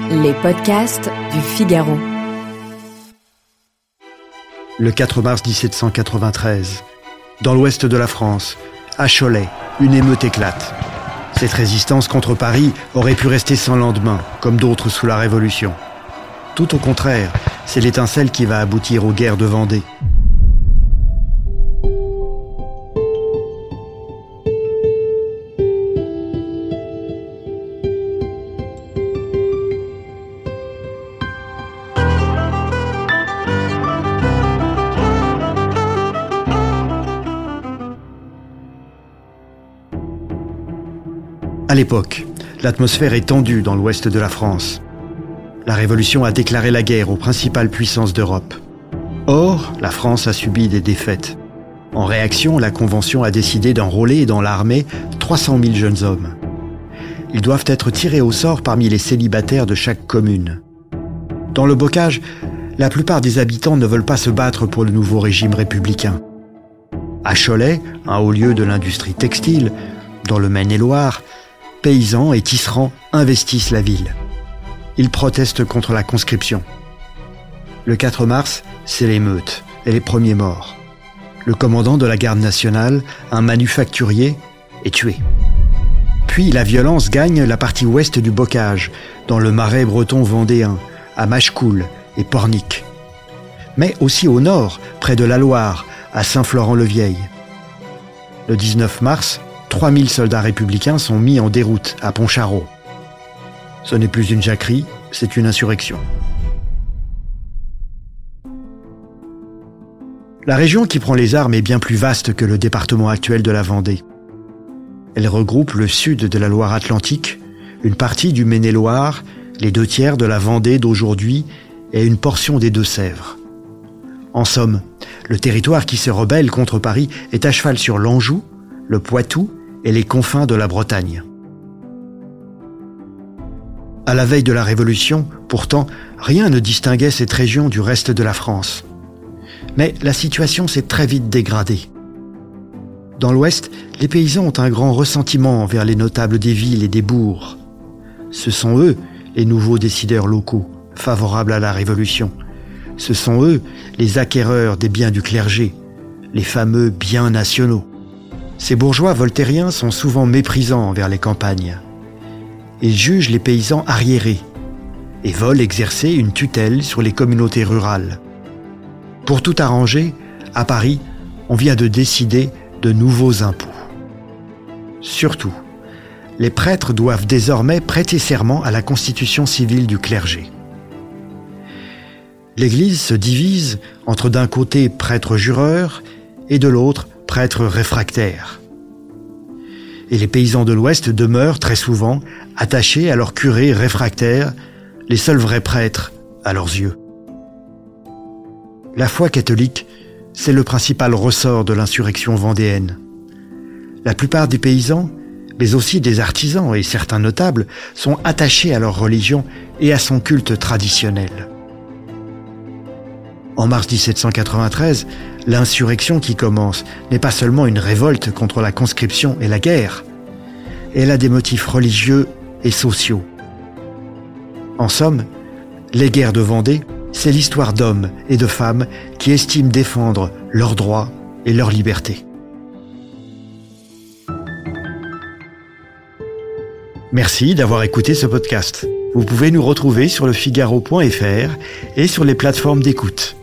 Les podcasts du Figaro. Le 4 mars 1793, dans l'ouest de la France, à Cholet, une émeute éclate. Cette résistance contre Paris aurait pu rester sans lendemain, comme d'autres sous la Révolution. Tout au contraire, c'est l'étincelle qui va aboutir aux guerres de Vendée. À l'époque, l'atmosphère est tendue dans l'ouest de la France. La Révolution a déclaré la guerre aux principales puissances d'Europe. Or, la France a subi des défaites. En réaction, la Convention a décidé d'enrôler dans l'armée 300 000 jeunes hommes. Ils doivent être tirés au sort parmi les célibataires de chaque commune. Dans le bocage, la plupart des habitants ne veulent pas se battre pour le nouveau régime républicain. À Cholet, un haut lieu de l'industrie textile, dans le Maine-et-Loire, paysans et tisserands investissent la ville. Ils protestent contre la conscription. Le 4 mars, c'est l'émeute et les premiers morts. Le commandant de la garde nationale, un manufacturier, est tué. Puis la violence gagne la partie ouest du bocage, dans le marais breton vendéen, à Machecoul et Pornic. Mais aussi au nord, près de la Loire, à Saint-Florent-le-Vieil. Le 19 mars, 3000 soldats républicains sont mis en déroute à Pontcharrat. Ce n'est plus une jacquerie, c'est une insurrection. La région qui prend les armes est bien plus vaste que le département actuel de la Vendée. Elle regroupe le sud de la Loire-Atlantique, une partie du Maine-et-Loire, les 2/3 de la Vendée d'aujourd'hui et une portion des Deux-Sèvres. En somme, le territoire qui se rebelle contre Paris est à cheval sur l'Anjou, le Poitou et les confins de la Bretagne. À la veille de la Révolution, pourtant, rien ne distinguait cette région du reste de la France. Mais la situation s'est très vite dégradée. Dans l'Ouest, les paysans ont un grand ressentiment envers les notables des villes et des bourgs. Ce sont eux, les nouveaux décideurs locaux, favorables à la Révolution. Ce sont eux, les acquéreurs des biens du clergé, les fameux biens nationaux. Ces bourgeois voltairiens sont souvent méprisants envers les campagnes. Ils jugent les paysans arriérés et veulent exercer une tutelle sur les communautés rurales. Pour tout arranger, à Paris, on vient de décider de nouveaux impôts. Surtout, les prêtres doivent désormais prêter serment à la constitution civile du clergé. L'Église se divise entre d'un côté prêtres jureurs et de l'autre prêtres réfractaires. Et les paysans de l'Ouest demeurent très souvent attachés à leurs curés réfractaires, les seuls vrais prêtres à leurs yeux. La foi catholique, c'est le principal ressort de l'insurrection vendéenne. La plupart des paysans, mais aussi des artisans et certains notables, sont attachés à leur religion et à son culte traditionnel. En mars 1793, l'insurrection qui commence n'est pas seulement une révolte contre la conscription et la guerre. Elle a des motifs religieux et sociaux. En somme, les guerres de Vendée, c'est l'histoire d'hommes et de femmes qui estiment défendre leurs droits et leur liberté. Merci d'avoir écouté ce podcast. Vous pouvez nous retrouver sur lefigaro.fr et sur les plateformes d'écoute.